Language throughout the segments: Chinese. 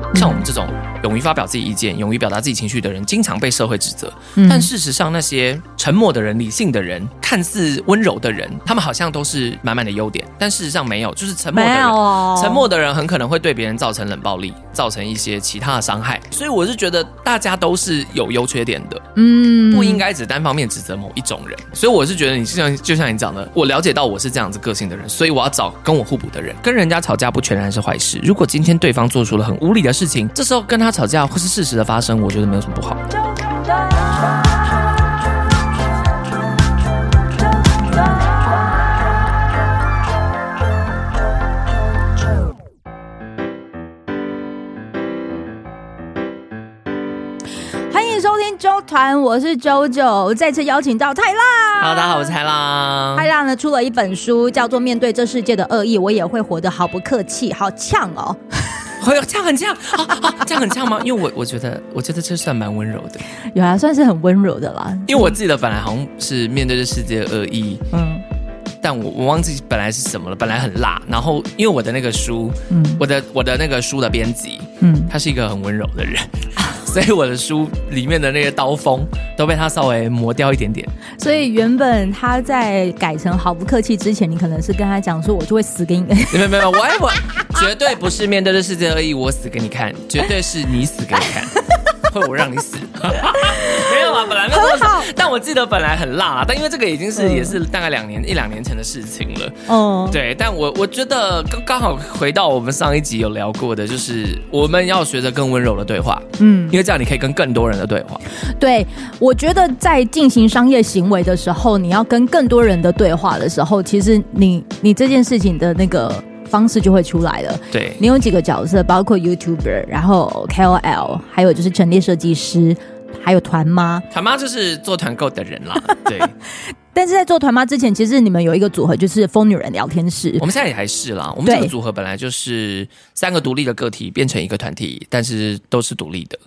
像我们这种勇于发表自己意见、勇于表达自己情绪的人，经常被社会指责。但事实上，那些沉默的人、理性的人、看似温柔的人，他们好像都是满满的优点，但事实上没有，就是沉默的人，沉默的人很可能会对别人造成冷暴力，造成一些其他的伤害。所以我是觉得大家都是有优缺点的，不应该只单方面指责某一种人。所以我是觉得就像你讲的，我了解到我是这样子个性的人，所以我要找跟我互补的人。跟人家吵架不全然是坏事，如果今天对方做出了很无理的事情，这时候跟他吵架或是事实的发生，我觉得没有什么不好。 欢迎收听周团，我是周九，再次邀请到泰辣。 Hello， 大家好，我是泰辣。 泰辣呢出了一本书，叫做《面对这世界的恶意，我也会活得毫不客气》，好呛哦。 呛很呛，这样很呛吗？因为我觉得这算蛮温柔的， 有啊，算是很温柔的啦。 因为我记得本来好像是面对这世界的恶意，但我忘记本来是什么了，本来很辣。然后因为我的那个书，我的那个书的编辑，他是一个很温柔的人。所以我的书里面的那个刀锋都被他稍微磨掉一点点。 所以原本他在改成毫不客气之前，你可能是跟他讲说，我就会死给你。 没有，我绝对不是面对这世界恶意，我死给你看，绝对是你死给你看。会我让你死？没有啊，本来没有很好，但我记得本来很辣啦，但因为这个已经是也是大概一两年前的事情了。对，但我觉得刚好回到我们上一集有聊过的，就是我们要学着更温柔的对话，因为这样你可以跟更多人的对话。对， 我觉得在进行商业行为的时候，你要跟更多人的对话的时候，其实你这件事情的那个方式就会出来了。 对， 你有几个角色，包括 YouTuber， 然后 KOL， 还有就是陈列设计师，还有团妈。 团妈就是做团购的人啦。对。 但是在做团妈之前，其实你们有一个组合，就是疯女人聊天室。 我们现在也还是啦。我们这个组合本来就是3个独立的个体变成一个团体，但是都是独立的。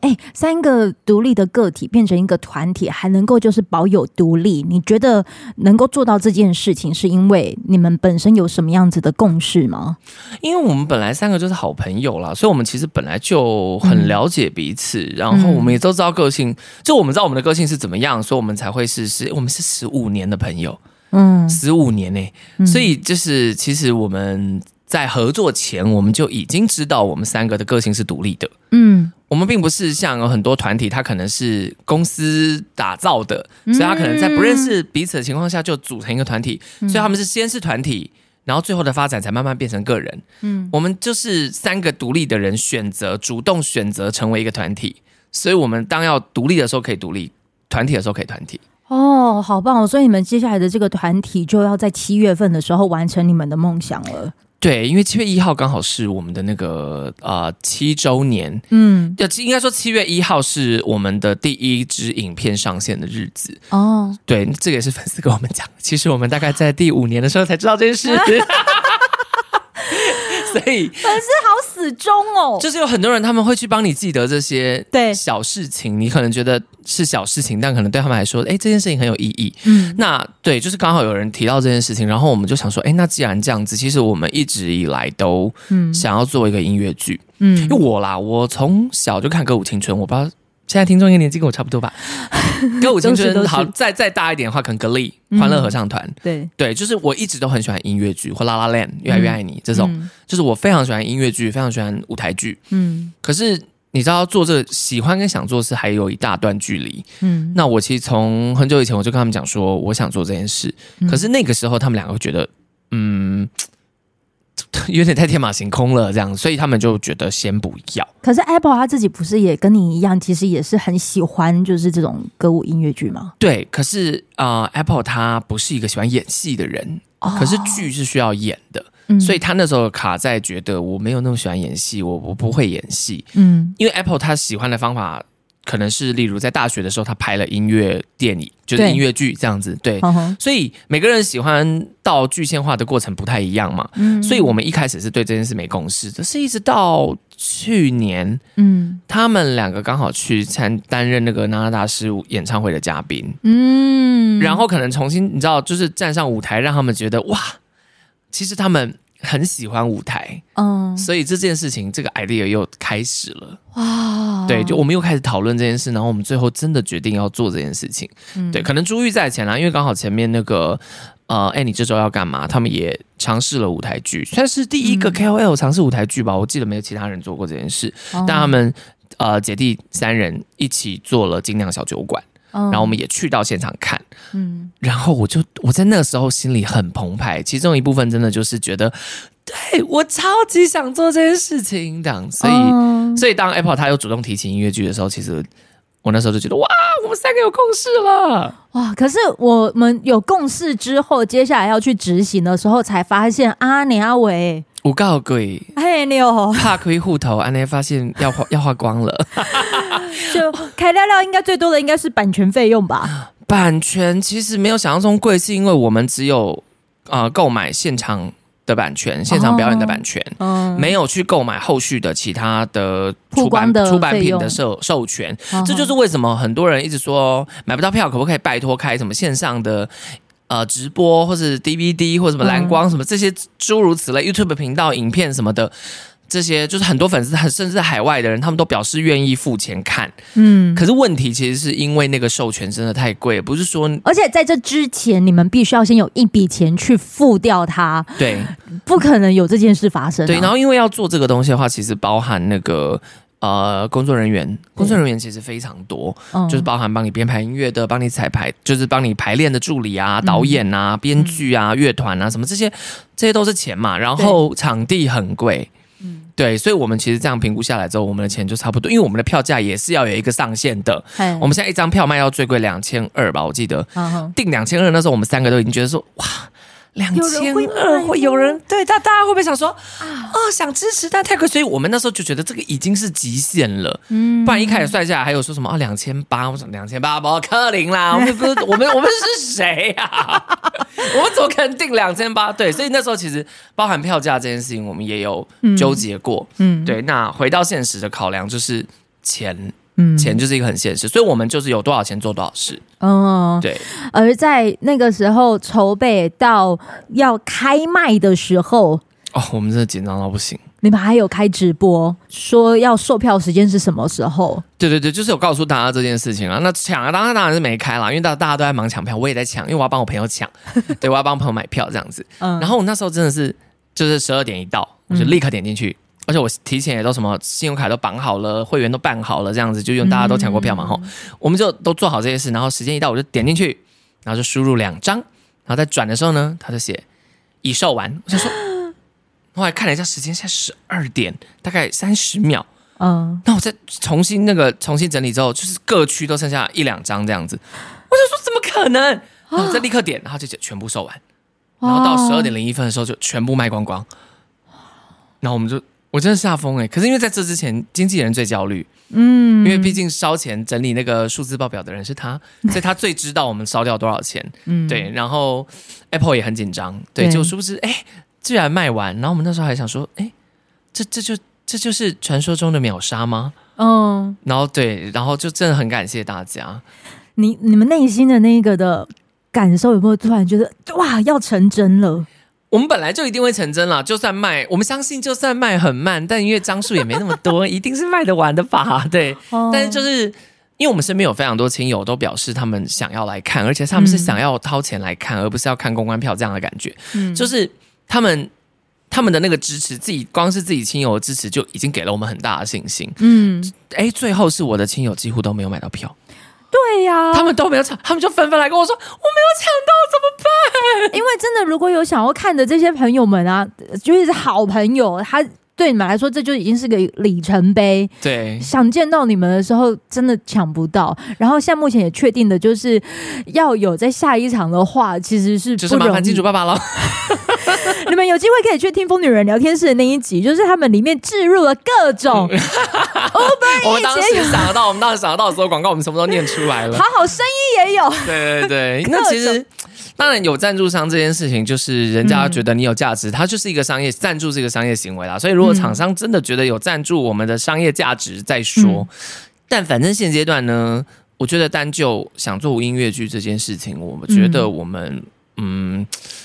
3个独立的个体变成一个团体，还能够就是保有独立，你觉得能够做到这件事情，是因为你们本身有什么样子的共识吗？ 因为我们本来3个就是好朋友啦，所以我们其实本来就很了解彼此，然后我们也都知道个性，就我们知道我们的个性是怎么样，所以我们才会我们是15年的朋友，15年欸，所以就是其实我们在合作前，我们就已经知道我们3个的个性是独立的。我们并不是像有很多团体，它可能是公司打造的，所以他可能在不认识彼此的情况下就组成一个团体，所以他们是先是团体，然后最后的发展才慢慢变成个人。我们就是3个独立的人主动选择成为一个团体，所以我们当要独立的时候可以独立，团体的时候可以团体。 好棒哦！所以你们接下来的这个团体就要在7月份的时候完成你们的梦想了。 对，因为7月1号刚好是我们的那个7周年，应该说7月1号是我们的第一支影片上线的日子。对，这个也是粉丝跟我们讲，其实我们大概在第5年的时候才知道这件事。所以粉丝好死忠哦， 就是有很多人他们会去帮你记得这些小事情，你可能觉得是小事情，但可能对他们来说，这件事情很有意义。那对，就是刚好有人提到这件事情，然后我们就想说，那既然这样子，其实我们一直以来都想要做一个音乐剧。因为我从小就看歌舞青春，我不知道现在听众应该年纪跟我差不多吧。歌舞青春好，再大一点的话，可能格力、欢乐合唱团，对，就是我一直都很喜欢音乐剧或La La Land、越来越爱你这种，就是我非常喜欢音乐剧，非常喜欢舞台剧。可是你知道做这个喜欢跟想做事还有一大段距离。那我其实从很久以前我就跟他们讲说我想做这件事，可是那个时候他们两个会觉得有点太天马行空了，这样，所以他们就觉得先不要。 可是 Apple 他自己不是也跟你一样，其实也是很喜欢就是这种歌舞音乐剧吗？ 对，可是Apple 他不是一个喜欢演戏的人，可是剧是需要演的，所以他那时候卡在觉得我没有那么喜欢演戏，我不会演戏。因为 Apple 他喜欢的方法可能是例如在大学的时候他拍了音乐电影，就是音乐剧这样子。对，所以每个人喜欢到具现化的过程不太一样嘛。所以我们一开始是对这件事没共识的，是一直到去年他们两个刚好去担任那个娜娜大师演唱会的嘉宾，然后可能重新你知道就是站上舞台，让他们觉得哇，其实他们很喜欢舞台，所以这件事情这个 idea 又开始了。哇，对，就我们又开始讨论这件事，然后我们最后真的决定要做这件事情。对，可能珠玉在前啦，因为刚好前面那个你这周要干嘛？他们也尝试了舞台剧，算是第一个 KOL 尝试舞台剧吧。我记得没有其他人做过这件事，但他们姐弟3人一起做了精酿小酒馆。然后我们也去到现场看，然后我在那个时候心里很澎湃，其中一部分真的就是觉得，对我超级想做这件事情，这样，所以当 Apple 他又主动提起音乐剧的时候，其实我那时候就觉得，哇，我们3个有共识了， 哇！可是我们有共识之后，接下来要去执行的时候，才发现你阿伟。 有够贵， 嘿牛， 怕亏户头，安内发现要花光了。 就开料料，应该最多的应该是版权费用吧？ 版权其实没有想象中贵，是因为我们只有购买现场的版权，现场表演的版权，没有去购买后续的其他的出版品的授权。这就是为什么很多人一直说买不到票，可不可以拜托开什么线上的？直播或是 DVD 或者什么蓝光什么这些诸如此类 YouTube 频道影片什么的，这些就是很多粉丝甚至海外的人他们都表示愿意付钱看。可是问题其实是因为那个授权真的太贵，不是说， 而且在这之前你们必须要先有一笔钱去付掉它， 对， 不可能有这件事发生。 对，然后因为要做这个东西的话，其实包含那个工作人员其实非常多，就是包含帮你编排音乐的，帮你彩排，就是帮你排练的助理啊、导演啊、编剧啊、乐团啊什么这些都是钱嘛。然后场地很贵，对，所以我们其实这样评估下来之后，我们的钱就差不多，因为我们的票价也是要有一个上限的。我们现在一张票卖到最贵2200吧，我记得定2200，那时候我们3个都已经觉得说，哇。2200会有人对大家会不会想说想支持但太贵，所以我们那时候就觉得这个已经是极限了，不然一开始算下来还有说什么2800，我说2800不可能啦，我们是谁啊？我们怎么可能定2800？对，所以那时候其实包含票价这件事情，我们也有纠结过。对，那回到现实的考量就是钱。钱就是一个很现实，所以我们就是有多少钱做多少事。对。 而在那个时候筹备到要开卖的时候， 我们真的紧张到不行。 你们还有开直播，说要售票时间是什么时候？ 对，就是有告诉大家这件事情啊。那抢当然是没开啦，因为大家都在忙抢票，我也在抢，因为我要帮我朋友抢，对，我要帮朋友买票这样子。然后我那时候真的是就是12点一到，我就立刻点进去。而且我提前也都什么信用卡都绑好了，会员都办好了，这样子就用大家都抢过票嘛吼，我们就都做好这些事，然后时间一到我就点进去，然后就输入2张，然后在转的时候呢，他就写已售完，我就说，后来看了一下时间，现在12点大概30秒，那我再重新整理之后，就是各区都剩下1-2张这样子，我就说怎么可能？然后我再立刻点，然后就全部售完，然后到12点01分的时候就全部卖光光，然后我真的吓疯可是因为在这之前，经纪人最焦虑，因为毕竟烧钱整理那个数字报表的人是他，所以他最知道我们烧掉多少钱，对，然后 Apple 也很紧张，对，就殊不知，居然卖完，然后我们那时候还想说，这就是传说中的秒杀吗？然后对，然后就真的很感谢大家， 你们内心的那个的感受有没有突然觉得哇要成真了？ 我们本来就一定会成真啦，就算卖，我们相信就算卖很慢，但因为张数也没那么多，一定是卖得完的吧？对，但是就是因为我们身边有非常多亲友都表示他们想要来看，而且他们是想要掏钱来看，而不是要看公关票这样的感觉。就是他们的那个支持，光是自己亲友的支持就已经给了我们很大的信心。最后是我的亲友几乎都没有买到票。 对呀， 他们都没有抢，他们就纷纷来跟我说我没有抢到怎么办？ 因为真的如果有想要看的这些朋友们啊，就是好朋友，他对你们来说这就已经是个里程碑。 对， 想见到你们的时候真的抢不到，然后现在目前也确定的就是要有在下一场的话，其实是不容易， 就是麻烦金主爸爸了。 你们有机会可以去听疯女人聊天室的那一集，就是他们里面置入了各种我们当时想得到的所有广告，我们什么都念出来了。 好生意也有， 对，那其实当然有赞助商这件事情，就是人家觉得你有价值，它就是一个商业赞助，是一个商业行为啦。所以如果厂商真的觉得有赞助我们的商业价值再说，但反正现阶段呢，我觉得单就想做音乐剧这件事情，我觉得我们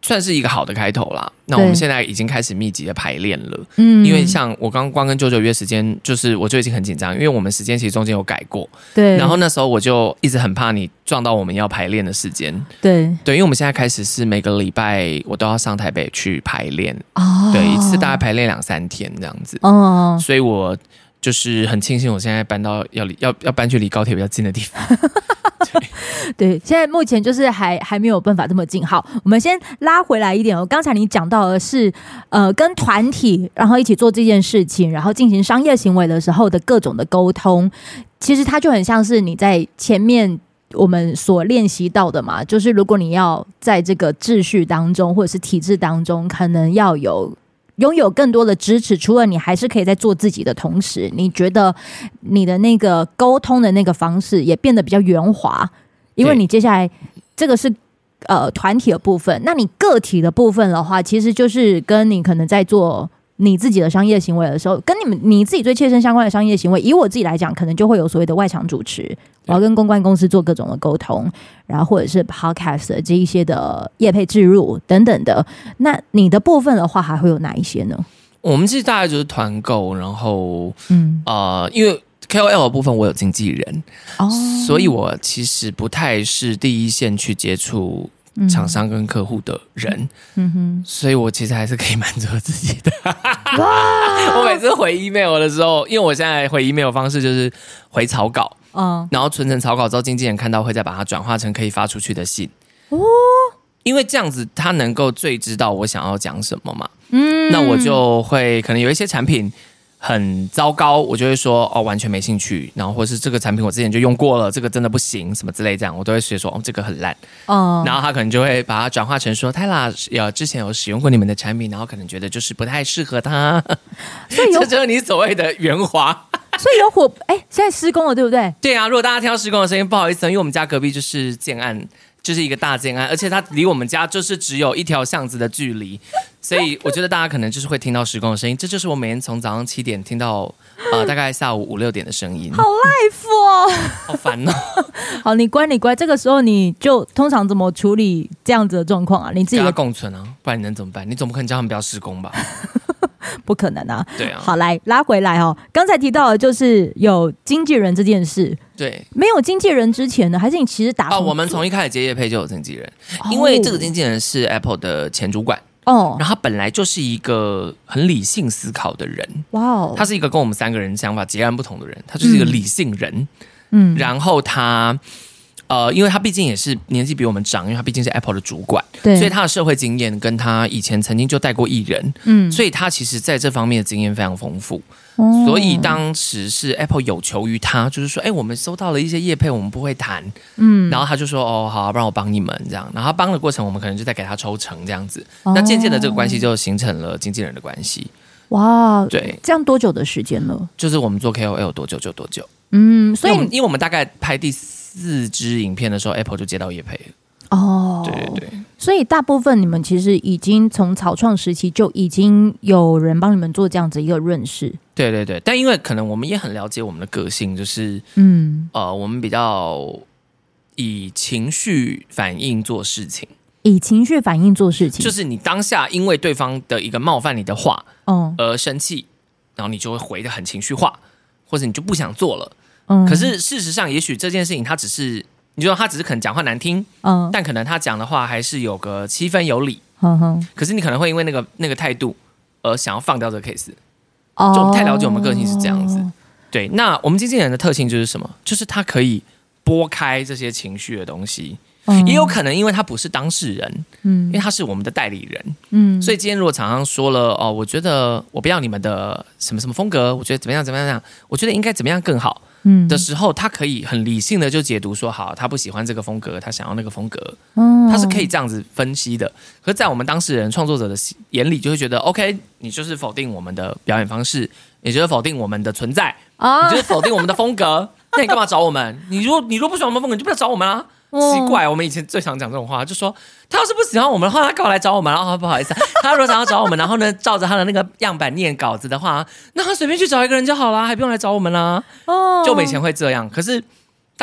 算是一个好的开头啦。那我们现在已经开始密集的排练了，因为像我刚跟啾啾约时间，就是我就已经很紧张，因为我们时间其实中间有改过，对。然后那时候我就一直很怕你撞到我们要排练的时间，对，因为我们现在开始是每个礼拜我都要上台北去排练，对，一次大概排练2-3天这样子，所以我就是很庆幸我现在搬到要搬去离高铁比较近的地方。 对，现在目前就是还没有办法这么近。好，我们先拉回来一点。刚才你讲到的是跟团体然后一起做这件事情，然后进行商业行为的时候的各种的沟通，其实它就很像是你在前面我们所练习到的嘛，就是如果你要在这个秩序当中或者是体制当中，可能要拥有更多的支持，除了你还是可以在做自己的同时，你觉得你的那个沟通的那个方式也变得比较圆滑，因为你接下来这个是团体的部分，那你个体的部分的话，其实就是跟你可能在做你自己的商业行为的时候，跟你自己最切身相关的商业行为，以我自己来讲，可能就会有所谓的外场主持，我要跟公关公司做各种的沟通，然后或者是 podcast 这一些的业配置入等等的。那你的部分的话，还会有哪一些呢？ 我们其实大概就是团购，然后因为 KOL 的部分我有经纪人，所以我其实不太是第一线去接触厂商跟客户的人，所以我其实还是可以满足自己的。我每次回 email 的时候，因为我现在回 email 方式就是回草稿，然后存成草稿之后，经纪人看到会再把它转化成可以发出去的信。因为这样子他能够最知道我想要讲什么嘛。那我就会可能有一些产品很糟糕，我就会说完全没兴趣，然后或是这个产品我之前就用过了，这个真的不行什么之类，这样我都会直接说这个很烂，然后他可能就会把它转化成说泰拉之前有使用过你们的产品，然后可能觉得就是不太适合他，所以这就是你所谓的圆滑。 所以有火现在施工了对不对？ 对啊，如果大家听到施工的声音，不好意思，因为我们家隔壁就是建案，就是一个大建案，而且它离我们家就是只有一条巷子的距离，所以我觉得大家可能就是会听到施工的声音。这就是我每天从早上7点听到大概下午5-6点的声音。 好 life 哦， 好烦哦。 好，你乖，这个时候你就通常怎么处理这样子的状况啊？你自己跟他共存啊，不然你能怎么办？你总不可能叫他们不要施工吧？ 不可能啊！ 对啊， 好，来拉回来哦。刚才提到的就是有经纪人这件事， 对， 没有经纪人之前呢，还是你其实我们从一开始接业配就有经纪人，因为这个经纪人是 Apple 的前主管然后他本来就是一个很理性思考的人，他是一个跟我们3个人想法截然不同的人，他就是一个理性人，然后他。因为他毕竟也是年纪比我们长，因为他毕竟是 Apple 的主管，所以他的社会经验跟他以前曾经就带过艺人，所以他其实在这方面的经验非常丰富。所以当时是 Apple 有求于他，就是说，我们收到了一些业配，我们不会谈，然后他就说，好，不然我帮你们这样。然后他帮的过程，我们可能就再给他抽成这样子。那渐渐的这个关系就形成了经纪人的关系。 哇， 对， 这样多久的时间了？ 就是我们做 KOL 多久就多久。 所以因为我们大概拍第4支影片的时候 ，Apple 就接到业配了。对， 所以大部分你们其实已经从草创时期就已经有人帮你们做这样子一个润饰。 对，但因为可能我们也很了解我们的个性，就是我们比较以情绪反应做事情。 以情绪反应做事情， 就是你当下因为对方的一个冒犯你的话，而生气，然后你就会回得很情绪化，或者你就不想做了。可是事实上，也许这件事情他只是，你说他只是可能讲话难听，但可能他讲的话还是有个7分有理。可是你可能会因为那个态度而想要放掉这个 case。就我们太了解我们个性是这样子。对，那我们经纪人的特性就是什么？就是他可以拨开这些情绪的东西。也有可能因为他不是当事人，因为他是我们的代理人，所以今天如果厂商说了我觉得我不要你们的什么什么风格，我觉得怎么样，我觉得应该怎么样更好的时候，他可以很理性的就解读说，好，他不喜欢这个风格，他想要那个风格，他是可以这样子分析的。可是在我们当事人创作者的眼里，就会觉得 OK， 你就是否定我们的表演方式，你就是否定我们的存在，你就是否定我们的风格，那你干嘛找我们？你如果不喜欢我们风格，你就不要找我们啊。奇怪，我们以前最常讲这种话，就说他要是不喜欢我们的话，他干嘛来找我们？然后不好意思，他如果想要找我们，然后呢，照着他的那个样板念稿子的话，那他随便去找一个人就好啦，还不用来找我们啦。就我们以前会这样，可是当然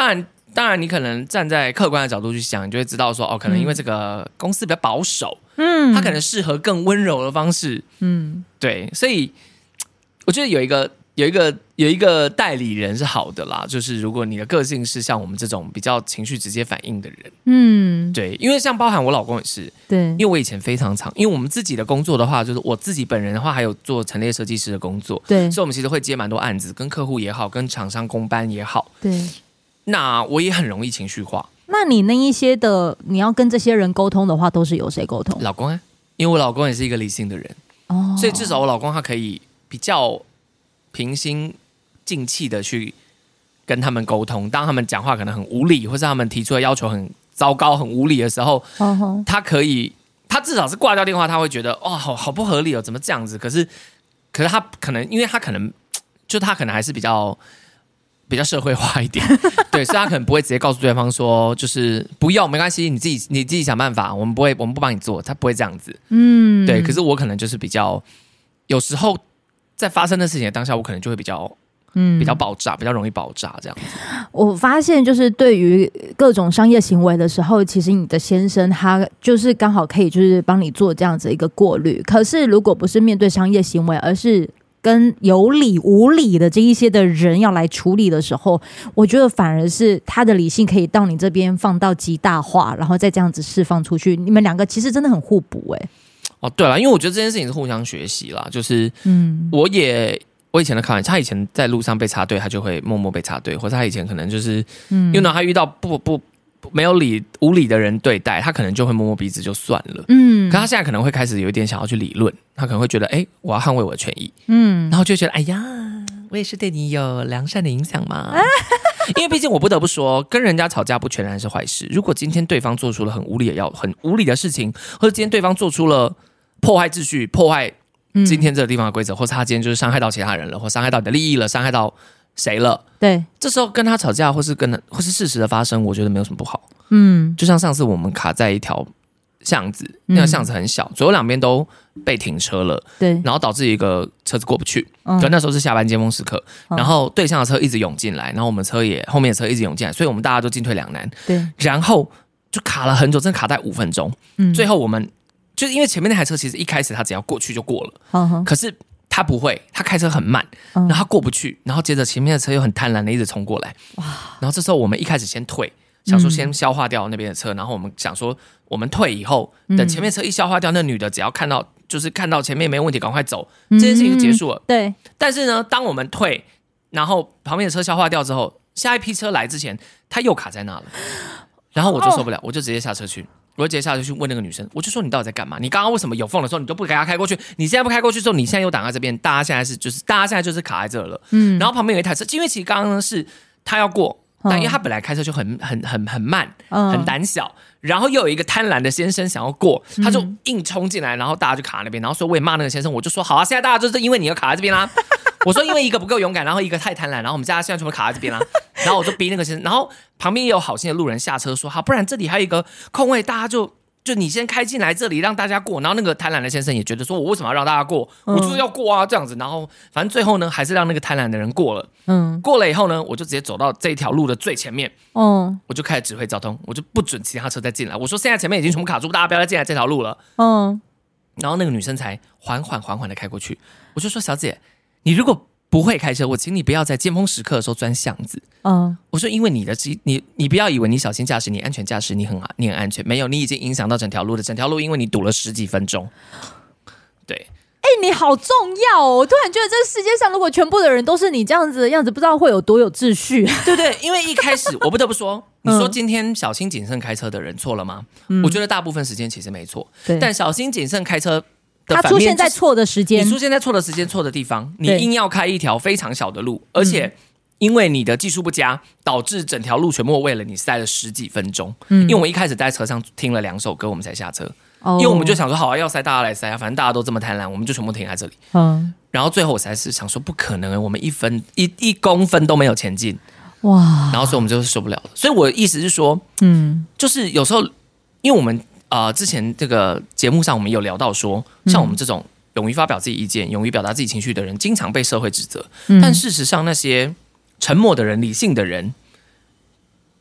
当然你可能站在客观的角度去想，你就会知道说，可能因为这个公司比较保守，它可能适合更温柔的方式，对，所以我觉得有一个代理人是好的啦，就是如果你的个性是像我们这种比较情绪直接反应的人，对，因为像包含我老公也是， 对， 因为我以前非常常，因为我们自己的工作的话，就是我自己本人的话，还有做陈列设计师的工作， 对， 所以我们其实会接蛮多案子，跟客户也好，跟厂商公班也好， 对， 那我也很容易情绪化。 那你那一些的，你要跟这些人沟通的话，都是由谁沟通？ 老公啊，因为我老公也是一个理性的人，所以至少我老公他可以比较平心静气的去跟他们沟通。当他们讲话可能很无理，或是他们提出的要求很糟糕、很无理的时候，他至少是挂掉电话，他会觉得好不合理哦，怎么这样子？可是他可能，因为他可能还是比较社会化一点，对，所以他可能不会直接告诉对方说，就是不要，没关系，你自己想办法，我们不帮你做，他不会这样子，对。可是我可能就是比较，有时候在发生的事情的当下，我可能就会比较爆炸，比较容易爆炸这样子。 我发现就是对于各种商业行为的时候，其实你的先生他就是刚好可以就是帮你做这样子一个过滤。可是如果不是面对商业行为，而是跟有理无理的这一些的人要来处理的时候，我觉得反而是他的理性可以到你这边放到极大化，然后再这样子释放出去。你们两个其实真的很互补对了，因为我觉得这件事情是互相学习啦，就是我以前的开玩笑，他以前在路上被插队，他就会默默被插队，或者他以前可能就是因为他遇到没有无理的人对待，他可能就会摸摸鼻子就算了。可他现在可能会开始有一点想要去理论，他可能会觉得，我要捍卫我的权益。然后就觉得，哎呀，我也是对你有良善的影响嘛。因为毕竟我不得不说，跟人家吵架不全然是坏事。如果今天对方做出了很无理的事情，或者今天对方做出了破坏秩序、破坏今天这个地方的规则，或是他今天就是伤害到其他人了，或伤害到你的利益了，伤害到谁了？对，这时候跟他吵架，或是事实的发生，我觉得没有什么不好。就像上次我们卡在一条巷子，那个巷子很小，左右两边都被停车了，对，然后导致一个车子过不去。可那时候是下班尖峰时刻，然后对向的车一直涌进来，然后我们后面的车一直涌进来，所以我们大家都进退两难。对，然后就卡了很久，真的卡在5分钟。最后我们就是因为前面那台车其实一开始他只要过去就过了，可是他不会，他开车很慢，然后他过不去，然后接着前面的车又很贪婪的一直冲过来，然后这时候我们一开始先退，想说先消化掉那边的车，然后我们想说我们退以后，等前面车一消化掉，那女的只要看到前面没问题，赶快走，这件事情就结束了。对。但是呢，当我们退，然后旁边的车消化掉之后，下一批车来之前，他又卡在那了，然后我就受不了，我就直接下车去。我就直接下去问那个女生，我就说你到底在干嘛？你刚刚为什么有缝的时候你都不给她开过去？你现在不开过去之后，你现在又挡在这边，大家现在就是卡在这了。然后旁边有一台车，因为其实刚刚是他要过，但因为他本来开车就很慢，很胆小，然后又有一个贪婪的先生想要过，他就硬冲进来，然后大家就卡在那边，然后所以我也骂那个先生，我就说好啊，现在大家就是因为你要卡在这边啦。我说因为一个不够勇敢，然后一个太贪婪，然后我们家现在全部卡在这边啦。然后我就逼那个先生，然后旁边也有好心的路人下车说好，不然这里还有一个空位，大家就你先开进来这里让大家过。然后那个贪婪的先生也觉得说我为什么要让大家过，我就是要过啊这样子。然后反正最后呢还是让那个贪婪的人过了。过了以后呢，我就直接走到这条路的最前面，我就开始指挥交通，我就不准其他车再进来。我说现在前面已经全部卡住，大家不要再进来这条路了。然后那个女生才缓缓的开过去。我就说小姐，你如果不会开车，我请你不要在尖峰时刻的时候钻巷子。我说因为你不要以为你小心驾驶，你安全驾驶，你很安全，没有，你已经影响到整条路，因为你堵了10几分钟。对， 你好重要哦！我突然觉得这个世界上如果全部的人都是你这样子的样子，不知道会有多有秩序。 对对，因为一开始我不得不说，你说今天小心谨慎开车的人错了吗？我觉得大部分时间其实没错，但小心谨慎开车他出现在错的时间， 你出现在错的时间、错的地方，你硬要开一条非常小的路，而且因为你的技术不佳，导致整条路全部为了你塞了10几分钟。因为我一开始在车上听了2首歌，我们才下车。因为我们就想说，好啊，要塞大家来塞啊，反正大家都这么贪婪，我们就全部停在这里。然后最后我才是想说，不可能，我们一公分都没有前进。哇！然后所以我们就受不了了。所以我的意思是说，就是有时候，因为我们之前这个节目上我们有聊到说，像我们这种勇于发表自己意见、勇于表达自己情绪的人，经常被社会指责。但事实上，那些沉默的人、理性的人，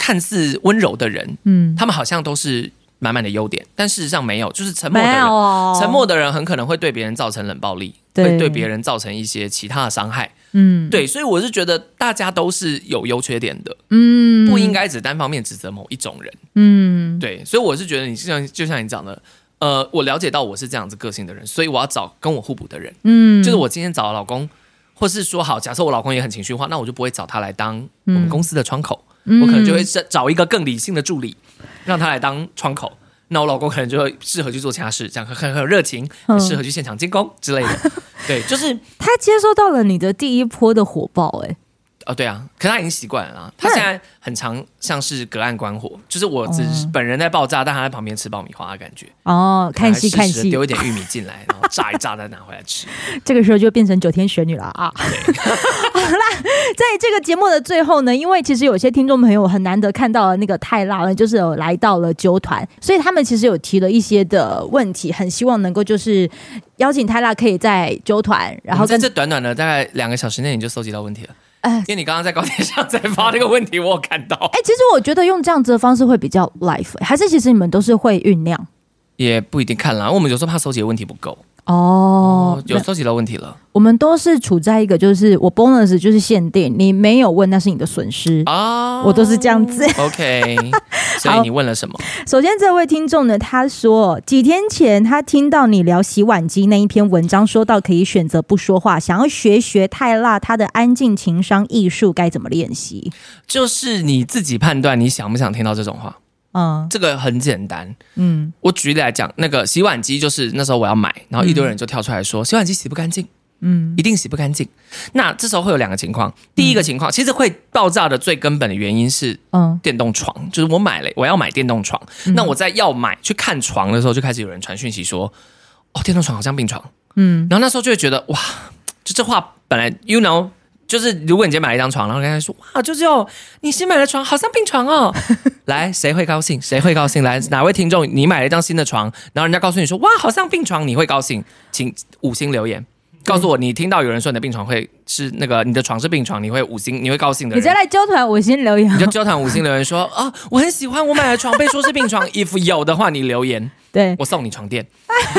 看似温柔的人，他们好像都是满满的优点，但事实上没有，就是沉默的人，沉默的人很可能会对别人造成冷暴力，会对别人造成一些其他的伤害。对，所以我是觉得大家都是有优缺点的，不应该只单方面指责某一种人。对，所以我是觉得你就像你讲的，我了解到我是这样子个性的人，所以我要找跟我互补的人。就是我今天找老公，或是说好，假设我老公也很情绪化，那我就不会找他来当我们公司的窗口，我可能就会找一个更理性的助理，让他来当窗口。那我老公可能就会适合去做其他事，这样很有热情，很适合去现场监工之类的。对，就是他接收到了你的第一波的火爆， 对啊，可是他已经习惯了啦。他现在很常像是隔岸观火，就是我只是本人在爆炸，但他在旁边吃爆米花的感觉。看戏看戏，丢一点玉米进来，然后炸一炸再拿回来吃。 这个时候就变成9天玄女了啊！好啦，在这个节目的最后呢，因为其实有些听众朋友很难得看到了那个泰辣呢，就是有来到了啾团，所以他们其实有提了一些的问题，很希望能够就是邀请泰辣可以在啾团，然后在这短短的大概2个小时内你就搜集到问题了。因为你刚刚在高铁上在发这个问题，我有看到。 其实我觉得用这样子的方式会比较 live， 还是其实你们都是会酝酿？ 也不一定看啦，因为我们有时候怕收集的问题不够。有收集到问题了。 我们都是处在一个就是我 bonus 就是限定，你没有问那是你的损失我都是这样子。 OK， 所以你问了什么？ 首先这位听众呢，他说几天前他听到你聊洗碗机那一篇文章，说到可以选择不说话，想要学泰辣他的安静情商艺术该怎么练习？ 就是你自己判断你想不想听到这种话。这个很简单。我举例来讲，那个洗碗机就是那时候我要买，然后一堆人就跳出来说洗碗机洗不干净，一定洗不干净。那这时候会有2个情况，第一个情况其实会爆炸的最根本的原因是电动床，就是我要买电动床，那我在要买去看床的时候，就开始有人传讯息说电动床好像病床，然后那时候就会觉得哇，就这话本来 you know。就是如果你今天买了一张床，然后跟他说哇，你新买的床好像病床哦，来谁会高兴？谁会高兴？来哪位听众，你买了一张新的床，然后人家告诉你说哇好像病床，你会高兴？请5星留言告诉我，你听到有人说你的病床会是那个你的床是病床，你会5星，你会高兴的人。 你再来揪团5星留言， 你就揪团5星留言说我很喜欢我买的床被说是病床，if 有的话你留言， 对我送你床垫。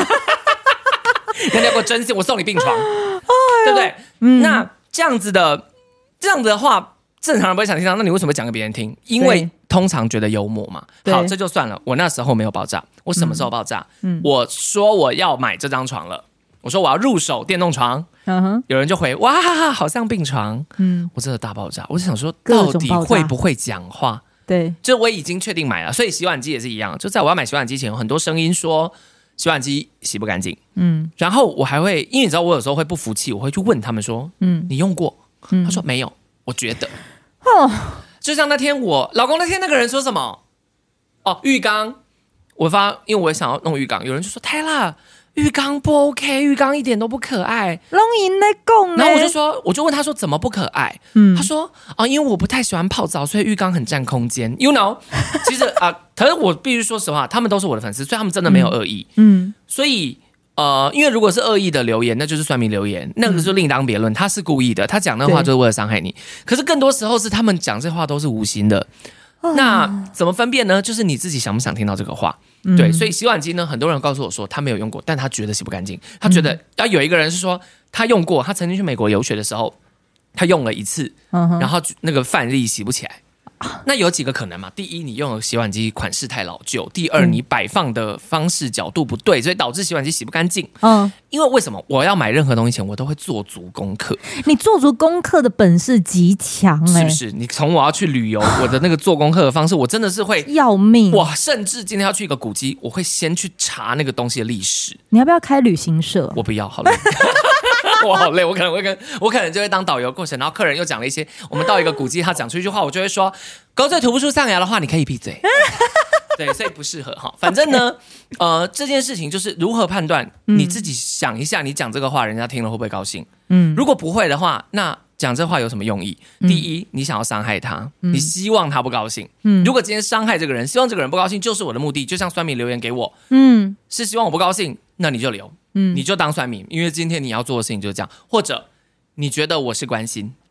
人家给我真心，我送你病床，对不对？那这样子的话，正常人不会想听到。那你为什么讲给别人听？因为通常觉得幽默嘛。好，这就算了。我那时候没有爆炸，我什么时候爆炸？我说我要买这张床了，我说我要入手电动床，有人就回哇，好像病床。我真的大爆炸。我就想说，到底会不会讲话？ 对， 就我已经确定买了，所以洗碗机也是一样。就在我要买洗碗机前，有很多声音说洗碗机洗不干净。然后我还会，因为你知道我有时候会不服气，我会去问他们说，你用过？他说没有，我觉得。就像那天我老公那天那个人说什么？浴缸，因为我想要弄浴缸，有人就说泰辣浴缸不 OK， 浴缸一点都不可爱。 拢因在讲， 然后我就问他说怎么不可爱？他说因为我不太喜欢泡澡，所以浴缸很占空间。You know， 其实可是我必须说实话，他们都是我的粉丝，所以他们真的没有恶意。所以因为如果是恶意的留言，那就是酸民留言，那个就另当别论。他是故意的，他讲那话就是为了伤害你。可是更多时候是他们讲这话都是无心的。那怎么分辨呢？就是你自己想不想听到这个话。对，所以洗碗机呢，很多人告诉我说他没有用过，但他觉得洗不干净。他觉得有一个人是说他用过，他曾经去美国游学的时候，他用了1次，然后那个饭粒洗不起来。那有几个可能嘛？第一，你用的洗碗机款式太老旧；第二，你摆放的方式角度不对，所以导致洗碗机洗不干净。因为什么？我要买任何东西前，我都会做足功课。 你做足功课的本事极强， 是不是？你从我要去旅游，我的那个做功课的方式，我真的是会要命。 哇，甚至今天要去一个古迹，我会先去查那个东西的历史。 你要不要开旅行社？ 我不要，好累。我好累，我可能就会当导游过程，然后客人又讲了一些，我们到一个古迹，他讲出一句话，我就会说，狗嘴吐不出象牙的话，你可以闭嘴。对，所以不适合哈。反正呢，这件事情就是如何判断，你自己想一下，你讲这个话，人家听了会不会高兴？如果不会的话，那讲这话有什么用意？第一，你想要伤害他，你希望他不高兴。如果今天伤害这个人，希望这个人不高兴，就是我的目的。就像酸民留言给我，是希望我不高兴，那你就留。你就当酸民，因为今天你要做的事情就是这样。或者你觉得我是关心，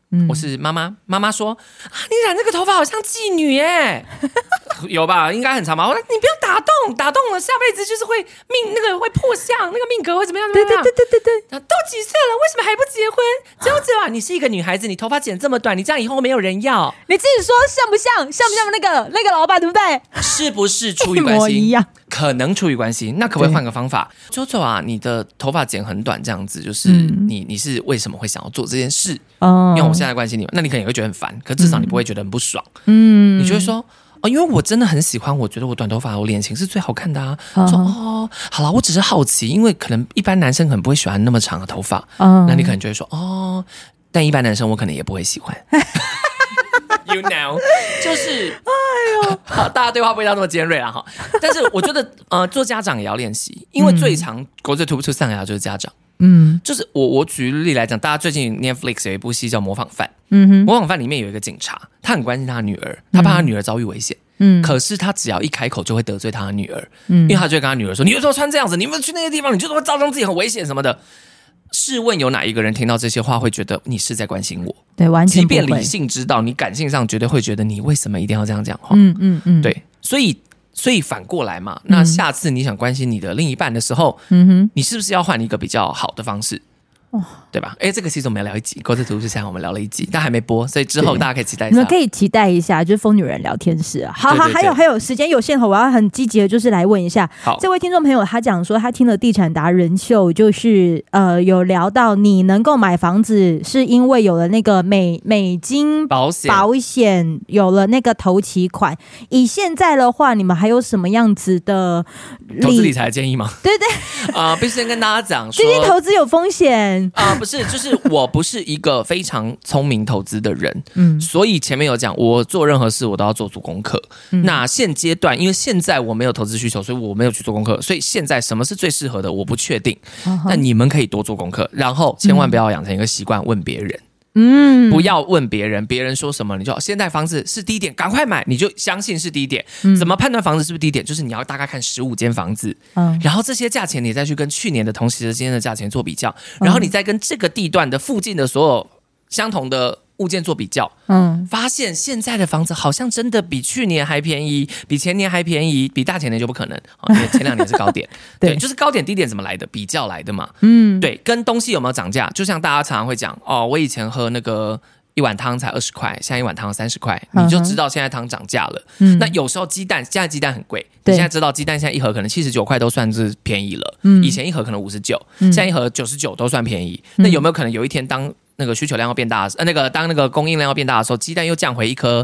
我是妈妈，妈妈说啊，你染这个头发好像妓女耶，有吧？应该很长吧？我说你不要打动了，下辈子就是会命那个会破相，那个命格会怎么样？ 对， 都几岁了，为什么还不结婚？只有这样，你是一个女孩子，你头发剪这么短，你这样以后没有人要。 你自己说像不像那个老板对不对？ 是不是出于关系？ 一模一样， 可能出于关系。那可不可以换个方法？JoJo啊，你的头发剪很短，这样子就是你是为什么会想要做这件事？因为我现在关心你，那你可能也会觉得很烦，可至少你不会觉得很不爽。你就会说。因为我真的很喜欢，我觉得我短头发，我脸型是最好看的啊。说好了，我只是好奇，因为可能一般男生可能不会喜欢那么长的头发，那你可能就会说但一般男生我可能也不会喜欢。You know， 就是，好，大家对话不会到那么尖锐啦哈。但是我觉得做家长也要练习，因为最常狗嘴吐不出象牙就是家长。就是我举例来讲，大家最近 Netflix 有一部戏叫《模仿犯》，模仿犯里面有一个警察，他很关心他的女儿，他怕他女儿遭遇危险，可是他只要一开口就会得罪他的女儿，因为他就会跟他女儿说：“你为什么穿这样子？你有没有去那些地方？你就是会造成自己很危险什么的。”试问有哪一个人听到这些话会觉得你是在关心我？ 对，完全不会。 即便理性知道，你感性上绝对会觉得你为什么一定要这样讲话？对，所以反过来嘛，那下次你想关心你的另一半的时候，你是不是要换一个比较好的方式？对吧？这个其实我们要聊一集，狗子图是现在我们聊了一集，但还没播，所以之后大家可以期待一下。 你们可以期待一下，就是疯女人聊天室啊。好，还有时间有限，我要很积极的，就是来问一下这位听众朋友，他讲说他听了地产达人秀，就是有聊到你能够买房子是因为有了那个美金保险，有了那个头期款。以现在的话，你们还有什么样子的投资理财建议吗？ 对必须先跟大家讲说， 最近投资有风险。 不是，就是我不是一个非常聪明投资的人，所以前面有讲，我做任何事我都要做足功课。那现阶段，因为现在我没有投资需求，所以我没有去做功课，所以现在什么是最适合的，我不确定。但你们可以多做功课，然后千万不要养成一个习惯问别人。不要问别人，别人说什么你就现在房子是低点，赶快买，你就相信是低点。怎么判断房子是不是低点？就是你要大概看15间房子，然后这些价钱你再去跟去年的同期的今天的价钱做比较，然后你再跟这个地段的附近的所有相同的物件做比较，发现现在的房子好像真的比去年还便宜，比前年还便宜，比大前年就不可能，因为前2年是高点。对，就是高点低点怎么来的？比较来的嘛。对，跟东西有没有涨价？就像大家常常会讲，我以前喝那个1碗汤才20块，现在1碗汤30块，你就知道现在汤涨价了。那有时候鸡蛋，现在鸡蛋很贵，你现在知道鸡蛋现在一盒可能79块都算是便宜了，以前一盒可能59，现在一盒99都算便宜。那有没有可能有一天当那个需求量要变大的当那个供应量要变大的时候，鸡蛋又降回一盒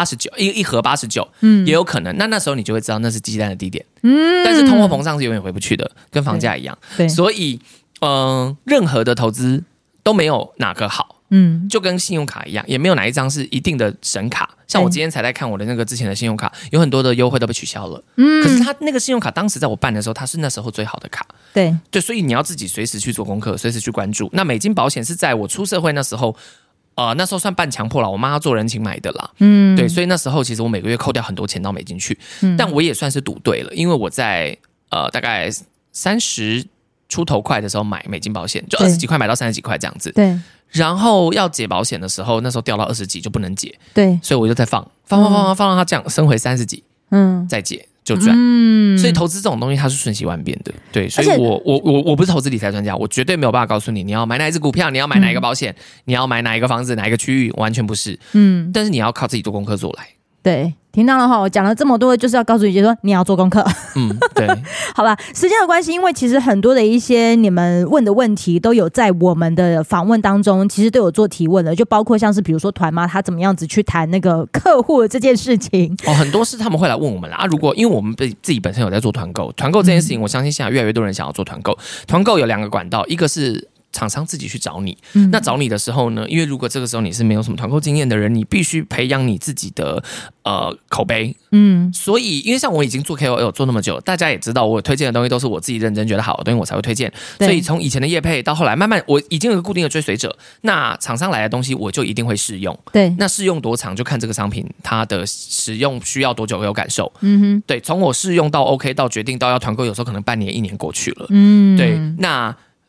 89，也有可能。那时候你就会知道那是鸡蛋的低点。但是通货膨胀是永远回不去的，跟房价一样。所以任何的投资都没有哪个好。就跟信用卡一样，也没有哪一张是一定的神卡。像我今天才在看我的那个之前的信用卡，有很多的优惠都被取消了。可是他那个信用卡当时在我办的时候，它是那时候最好的卡。对，所以你要自己随时去做功课，随时去关注。那美金保险是在我出社会那时候，那时候算半强迫了，我妈要做人情买的啦。对，所以那时候其实我每个月扣掉很多钱到美金去，但我也算是赌对了，因为我在大概30出头块的时候买美金保险，就20几块买到30几块这样子。对。然后要解保险的时候，那时候掉到20几就不能解，对，所以我就再放到它这样升回30几，再解就赚。所以投资这种东西它是瞬息万变的，对，所以我不是投资理财专家，我绝对没有办法告诉你要买哪一只股票，你要买哪一个保险，你要买哪一个房子，哪一个区域，完全不是。但是你要靠自己做功课做来。对，听到了哈，我讲了这么多，就是要告诉你，说你要做功课。对，好吧，时间的关系，因为其实很多的一些你们问的问题都有在我们的访问当中，其实都有做提问了，就包括像是比如说团妈她怎么样子去谈那个客户的这件事情。很多事他们会来问我们啦。如果因为我们自己本身有在做团购这件事情，我相信现在越来越多人想要做团购。团购有2个管道，一个是厂商自己去找你，那找你的时候呢，因为如果这个时候你是没有什么团购经验的人，你必须培养你自己的口碑。所以因为像我已经做 KOL 做那么久，大家也知道我推荐的东西都是我自己认真觉得好的东西我才会推荐，所以从以前的业配到后来慢慢我已经有一个固定的追随者，那厂商来的东西我就一定会试用。对，那试用多长就看这个商品它的使用需要多久有感受。对，从我试用到 OK 到决定到要团购，有时候可能半年1年过去了。对，那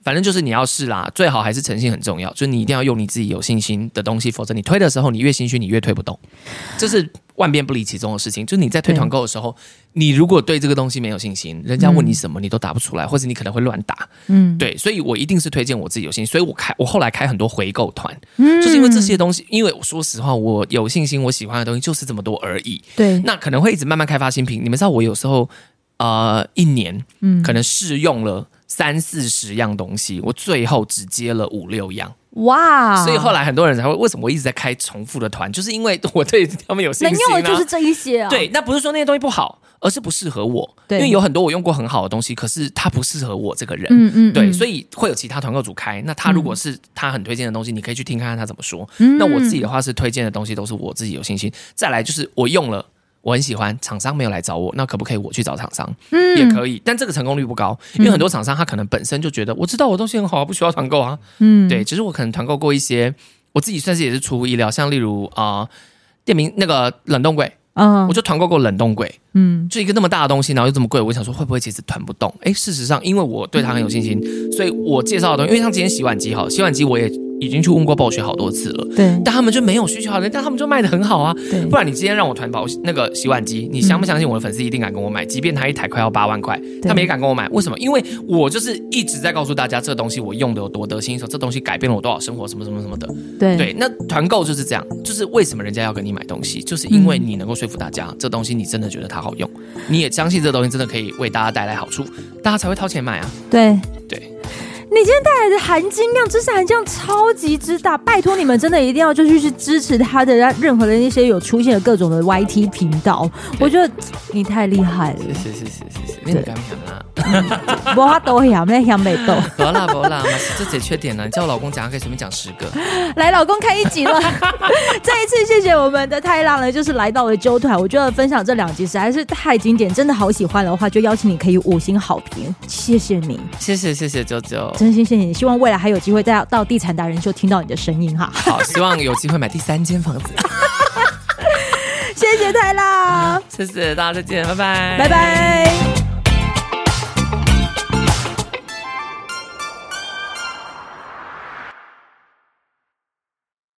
反正就是你要试啦，最好还是诚信很重要，就是你一定要用你自己有信心的东西，否则你推的时候你越心虚，你越推不动，这是万变不离其宗的事情。就是你在推团购的时候，你如果对这个东西没有信心，人家问你什么你都答不出来，或者你可能会乱答。对，所以我一定是推荐我自己有信心，所以我后来开很多回购团，就是因为这些东西，因为我说实话，我有信心，我喜欢的东西就是这么多而已。 对， 那可能会一直慢慢开发新品。你们知道我有时候一年可能试用了30-40样东西，我最后只接了5-6样。哇！所以后来很多人才会为什么我一直在开重复的团，就是因为我对他们有信心能用的就是这一些啊。 对，那不是说那些东西不好，而是不适合我。因为有很多我用过很好的东西，可是它不适合我这个人。对，所以会有其他团购主开。那他如果是他很推荐的东西，你可以去听看看他怎么说。那我自己的话是推荐的东西都是我自己有信心。再来就是我用了。我很喜欢，厂商没有来找我，那可不可以我去找厂商？也可以，但这个成功率不高，因为很多厂商他可能本身就觉得我知道我东西很好，不需要团购啊。对，只是我可能团购过一些，我自己算是也是出乎意料，像例如店名那个冷冻柜。我就团购过冷冻柜，就一个那么大的东西，然后又这么贵，我想说会不会其实团不动？事实上，因为我对它很有信心，所以我介绍的东西，因为像今天洗碗机好，洗碗机我也已经去问过Bosch好多次了，对，但他们就没有需求好，但他们就卖得很好啊。不然你今天让我团那个洗碗机，你相不相信我的粉丝一定敢跟我买？即便他一台快要8万块，他们也敢跟我买。为什么？因为我就是一直在告诉大家，这个东西我用的有多得心应手，这东西改变了我多少生活，什么什么什么的。对，那团购就是这样，就是为什么人家要跟你买东西，就是因为你能够说服大家，这东西你真的觉得它好用，你也相信这东西真的可以为大家带来好处，大家才会掏钱买啊。对。 你今天带来的含金量、知识含金量超级之大，拜托你们真的一定要就去支持他的任何的那些有出现的各种的 YT 频道，我觉得你太厉害了。是， 你敢想啊？ 没法都想，那想没到。 不啦，这只缺点呢。你叫我老公讲，可以随便讲10个。 来，老公开1集了。再一次谢谢我们的太浪了，就是来到了揪团，我觉得分享这2集实在是太经典，真的好喜欢的话，就邀请你可以5星好评，谢谢你，谢谢啾啾。真心谢谢你，希望未来还有机会再到地产达人秀听到你的声音哈。 好，希望有机会买第3间房子。 谢谢太浪， 谢谢大家，再见，拜拜， 拜拜。